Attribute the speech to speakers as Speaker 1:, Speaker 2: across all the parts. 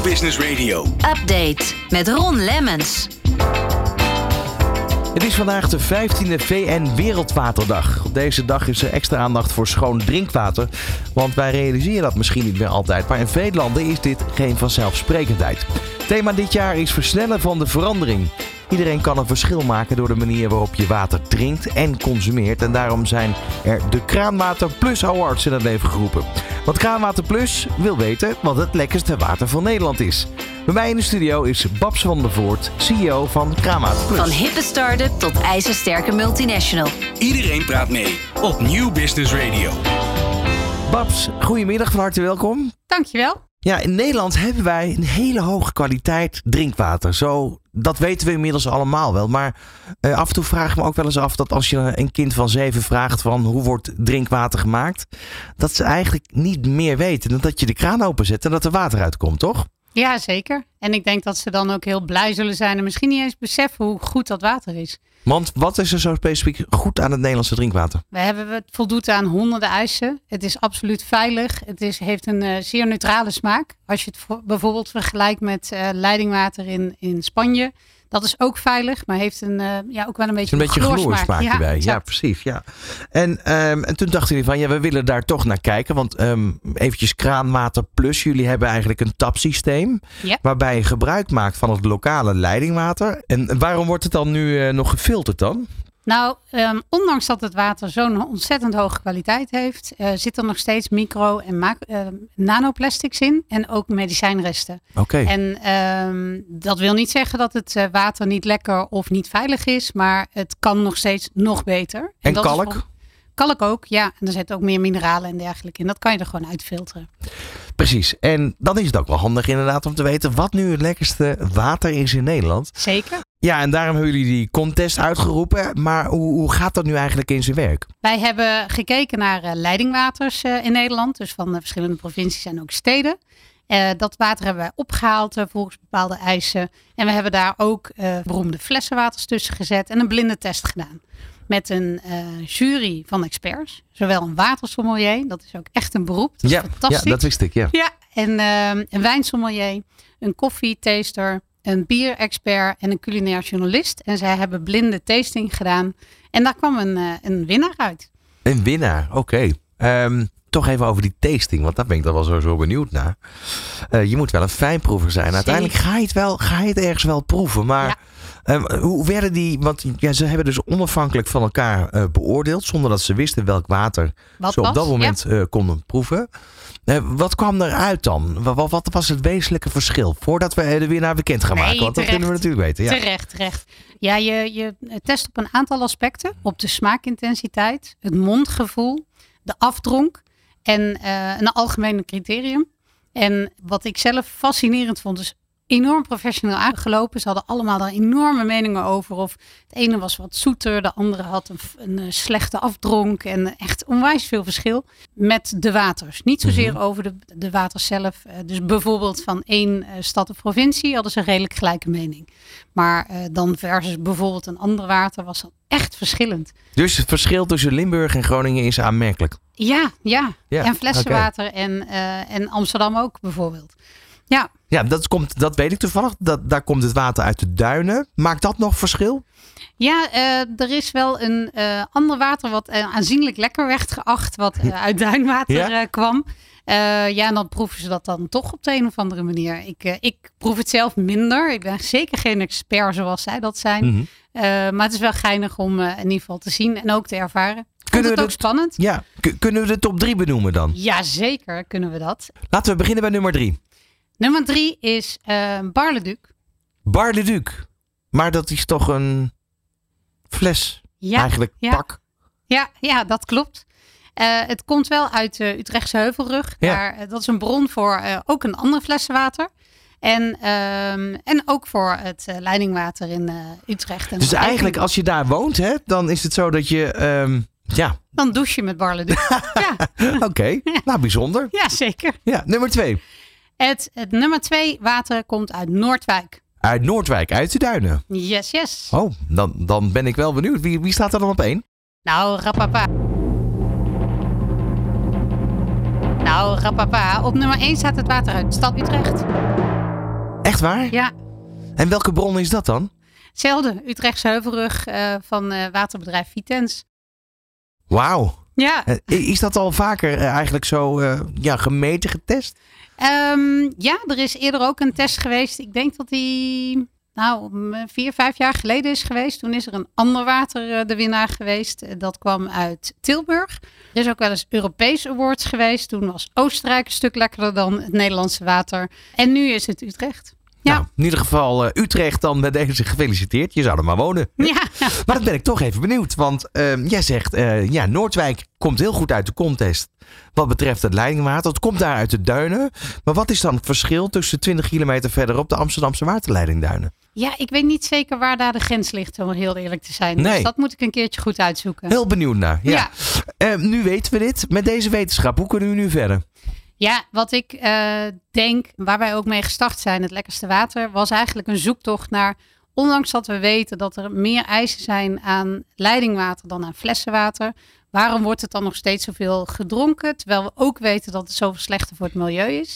Speaker 1: Nieuw Business Radio.
Speaker 2: Update met Ron Lemmens.
Speaker 3: Het is vandaag de 15e VN Wereldwaterdag. Op deze dag is er extra aandacht voor schoon drinkwater. Want wij realiseren dat misschien niet meer altijd. Maar in veel landen is dit geen vanzelfsprekendheid. Thema dit jaar is versnellen van de verandering. Iedereen kan een verschil maken door de manier waarop je water drinkt en consumeert. En daarom zijn er de Kraanwater Plus Awards in het leven geroepen. Want Kraanwater Plus wil weten wat het lekkerste water van Nederland is. Bij mij in de studio is Babs van der Voort, CEO van Kraanwater Plus.
Speaker 2: Van hippe start-up tot ijzersterke multinational.
Speaker 1: Iedereen praat mee op Nieuw Business Radio.
Speaker 3: Babs, goedemiddag, van harte welkom.
Speaker 4: Dankjewel.
Speaker 3: Ja, in Nederland hebben wij een hele hoge kwaliteit drinkwater. Dat weten we inmiddels allemaal wel. Maar af en toe vraag ik me ook wel eens af dat als je een kind van 7 vraagt van hoe wordt drinkwater gemaakt, dat ze eigenlijk niet meer weten dan dat je de kraan openzet en dat er water uitkomt, toch?
Speaker 4: Ja, zeker. En ik denk dat ze dan ook heel blij zullen zijn en misschien niet eens beseffen hoe goed dat water is.
Speaker 3: Want wat is er zo specifiek goed aan het Nederlandse drinkwater?
Speaker 4: Het voldoet aan honderden eisen. Het is absoluut veilig. Het heeft een zeer neutrale smaak. Als je het bijvoorbeeld vergelijkt met leidingwater in Spanje. Dat is ook veilig, maar heeft ook wel een beetje
Speaker 3: een gloorsmaak erbij. Ja, precies. Ja. En toen dachten jullie van, we willen daar toch naar kijken. Want eventjes Kraanwater Plus. Jullie hebben eigenlijk een tapsysteem.
Speaker 4: Ja.
Speaker 3: Waarbij je gebruik maakt van het lokale leidingwater. En waarom wordt het dan nu nog gefilterd dan?
Speaker 4: Nou, ondanks dat het water zo'n ontzettend hoge kwaliteit heeft, zit er nog steeds micro- en nanoplastics in en ook medicijnresten.
Speaker 3: Okay.
Speaker 4: En dat wil niet zeggen dat het water niet lekker of niet veilig is, maar het kan nog steeds nog beter.
Speaker 3: En kalk?
Speaker 4: Kalk ook, ja. En er zitten ook meer mineralen en dergelijke in. Dat kan je er gewoon uitfilteren.
Speaker 3: Precies. En dan is het ook wel handig inderdaad om te weten wat nu het lekkerste water is in Nederland.
Speaker 4: Zeker.
Speaker 3: Ja, en daarom hebben jullie die contest uitgeroepen. Maar hoe gaat dat nu eigenlijk in zijn werk?
Speaker 4: Wij hebben gekeken naar leidingwaters in Nederland. Dus van verschillende provincies en ook steden. Dat water hebben wij opgehaald volgens bepaalde eisen. En we hebben daar ook beroemde flessenwaters tussen gezet en een blinde test gedaan. Met een jury van experts. Zowel een watersommelier, dat is ook echt een beroep. Dat is fantastisch.
Speaker 3: Ja, dat wist ik, ja.
Speaker 4: Ja, en een wijnsommelier, een koffietaster, een bierexpert en een culinair journalist. En zij hebben blinde tasting gedaan. En daar kwam een winnaar uit.
Speaker 3: Een winnaar, oké. Toch even over die tasting, want daar ben ik dan wel zo benieuwd naar. Je moet wel een fijnproever zijn. Uiteindelijk ga je het ergens wel proeven, maar... Ja. Hoe werden die, want ze hebben dus onafhankelijk van elkaar beoordeeld, zonder dat ze wisten welk water ze op dat moment konden proeven. Wat kwam eruit dan? Wat was het wezenlijke verschil? Voordat we de winnaar bekend gaan maken, want dat kunnen we natuurlijk weten. Ja.
Speaker 4: Terecht. Ja, je test op een aantal aspecten. Op de smaakintensiteit, het mondgevoel, de afdronk en een algemene criterium. En wat ik zelf fascinerend vond, is enorm professioneel aangelopen. Ze hadden allemaal daar enorme meningen over. Of het ene was wat zoeter, de andere had een slechte afdronk. En echt onwijs veel verschil met de waters. Niet zozeer over de waters zelf. Dus bijvoorbeeld van één stad of provincie hadden ze een redelijk gelijke mening. Maar dan versus bijvoorbeeld een ander water was dat echt verschillend.
Speaker 3: Dus het verschil tussen Limburg en Groningen is aanmerkelijk?
Speaker 4: Ja. En flessenwater en Amsterdam ook bijvoorbeeld.
Speaker 3: Ja, dat weet ik toevallig. Daar komt het water uit de duinen. Maakt dat nog verschil?
Speaker 4: Ja, er is wel een ander water wat aanzienlijk lekker werd geacht. Wat uit duinwater kwam. En dan proeven ze dat dan toch op de een of andere manier. Ik proef het zelf minder. Ik ben zeker geen expert zoals zij dat zijn.
Speaker 3: Mm-hmm.
Speaker 4: Maar het is wel geinig om in ieder geval te zien en ook te ervaren. Vond het ook spannend?
Speaker 3: Ja, kunnen we de top 3 benoemen dan?
Speaker 4: Ja, zeker kunnen we dat.
Speaker 3: Laten we beginnen bij nummer 3.
Speaker 4: Nummer 3 is Bar-le-Duc.
Speaker 3: Bar-le-Duc. Maar dat is toch een fles eigenlijk pak?
Speaker 4: Ja, dat klopt. Het komt wel uit de Utrechtse Heuvelrug.
Speaker 3: Ja.
Speaker 4: Dat is een bron voor ook een ander flessenwater. En ook voor het leidingwater in Utrecht. En
Speaker 3: dus eigenlijk als je daar woont, dan is het zo dat je...
Speaker 4: Dan douche je met Bar-le-Duc.
Speaker 3: Oké. Nou bijzonder.
Speaker 4: Ja, zeker.
Speaker 3: Ja, nummer 2.
Speaker 4: Het nummer 2 water komt uit Noordwijk.
Speaker 3: Uit Noordwijk, uit de duinen?
Speaker 4: Yes.
Speaker 3: Oh, dan ben ik wel benieuwd. Wie staat er dan op 1?
Speaker 4: Nou, rapapa. Op nummer 1 staat het water uit de stad Utrecht.
Speaker 3: Echt waar?
Speaker 4: Ja.
Speaker 3: En welke bron is dat dan?
Speaker 4: Hetzelfde, Utrechtse Heuvelrug van waterbedrijf Vitens.
Speaker 3: Wauw.
Speaker 4: Ja.
Speaker 3: Is dat al vaker eigenlijk zo gemeten, getest?
Speaker 4: Ja, er is eerder ook een test geweest. Ik denk dat die 4, 5 jaar geleden is geweest. Toen is er een ander water de winnaar geweest. Dat kwam uit Tilburg. Er is ook wel eens Europees Awards geweest. Toen was Oostenrijk een stuk lekkerder dan het Nederlandse water. En nu is het Utrecht. Ja.
Speaker 3: Nou, in ieder geval Utrecht dan met deze gefeliciteerd. Je zou er maar wonen.
Speaker 4: Ja.
Speaker 3: Maar dan ben ik toch even benieuwd. Want jij zegt, Noordwijk komt heel goed uit de contest. Wat betreft het leidingwater. Het komt daar uit de duinen. Maar wat is dan het verschil tussen 20 kilometer verderop de Amsterdamse waterleidingduinen?
Speaker 4: Ja, ik weet niet zeker waar daar de grens ligt, om heel eerlijk te zijn.
Speaker 3: Nee.
Speaker 4: Dus dat moet ik een keertje goed uitzoeken.
Speaker 3: Heel benieuwd naar. Ja. Nu weten we dit. Met deze wetenschap, hoe kunnen we nu verder?
Speaker 4: Ja, wat ik denk, waar wij ook mee gestart zijn, het lekkerste water, was eigenlijk een zoektocht naar, ondanks dat we weten dat er meer eisen zijn aan leidingwater dan aan flessenwater, waarom wordt het dan nog steeds zoveel gedronken, terwijl we ook weten dat het zoveel slechter voor het milieu is.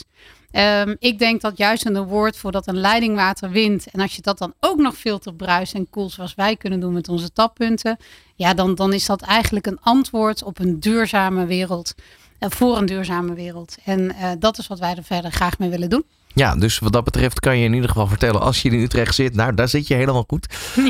Speaker 4: Ik denk dat juist een award voordat een leidingwater wint, en als je dat dan ook nog filterbruist en koelt zoals wij kunnen doen met onze tappunten, ja, dan is dat eigenlijk een antwoord op een duurzame wereld. Voor een duurzame wereld. En dat is wat wij er verder graag mee willen doen.
Speaker 3: Ja, dus wat dat betreft kan je in ieder geval vertellen, als je in Utrecht zit, nou, daar zit je helemaal goed.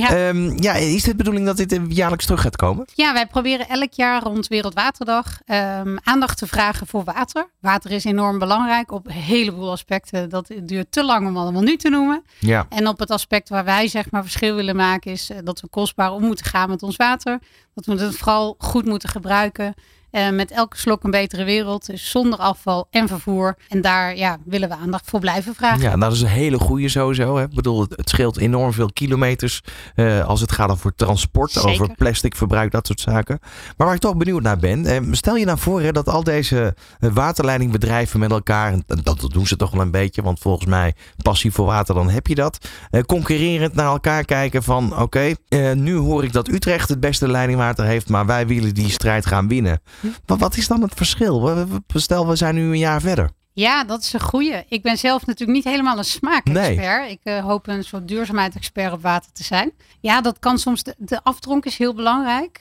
Speaker 4: Ja.
Speaker 3: Is dit de bedoeling dat dit jaarlijks terug gaat komen?
Speaker 4: Ja, wij proberen elk jaar rond Wereldwaterdag aandacht te vragen voor water. Water is enorm belangrijk op een heleboel aspecten. Dat duurt te lang om allemaal nu te noemen.
Speaker 3: Ja.
Speaker 4: En op het aspect waar wij zeg maar verschil willen maken is dat we kostbaar om moeten gaan met ons water. Dat we het vooral goed moeten gebruiken. Met elke slok een betere wereld. Dus zonder afval en vervoer. En daar willen we aandacht voor blijven vragen.
Speaker 3: Ja, nou, dat is een hele goede sowieso. Hè. Ik bedoel, het scheelt enorm veel kilometers. Als het gaat over transport,
Speaker 4: Zeker.
Speaker 3: over plastic verbruik, dat soort zaken. Maar waar ik toch benieuwd naar ben. Stel je nou voor dat al deze waterleidingbedrijven met elkaar. En dat doen ze toch wel een beetje. Want volgens mij passie voor water, dan heb je dat. Concurrerend naar elkaar kijken van oké, nu hoor ik dat Utrecht het beste leidingwater heeft. Maar wij willen die strijd gaan winnen. Maar wat is dan het verschil? Stel, we zijn nu een jaar verder.
Speaker 4: Ja, dat is een goeie. Ik ben zelf natuurlijk niet helemaal een smaakexpert.
Speaker 3: Nee.
Speaker 4: Ik hoop een soort duurzaamheidsexpert op water te zijn. Ja, dat kan soms. De afdronk is heel belangrijk.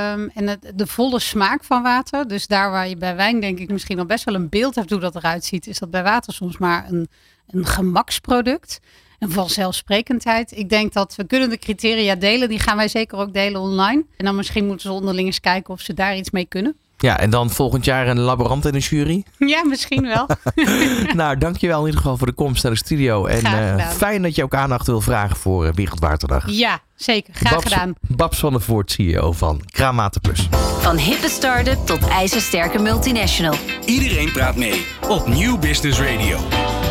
Speaker 4: En de volle smaak van water. Dus daar waar je bij wijn denk ik misschien al best wel een beeld hebt hoe dat eruit ziet. Is dat bij water soms maar een gemaksproduct. Een vanzelfsprekendheid. Ik denk dat we kunnen de criteria delen. Die gaan wij zeker ook delen online. En dan misschien moeten ze onderling eens kijken of ze daar iets mee kunnen.
Speaker 3: Ja, en dan volgend jaar een laborant in de jury?
Speaker 4: Ja, misschien wel.
Speaker 3: Nou, dankjewel in ieder geval voor de komst naar de studio. En fijn dat je ook aandacht wil vragen voor Wereldwaterdag.
Speaker 4: Ja, zeker. Graag gedaan.
Speaker 3: Babs van der Voort, CEO van Kraanwater Plus.
Speaker 2: Van hippe start-up tot ijzersterke multinational.
Speaker 1: Iedereen praat mee op Nieuw Business Radio.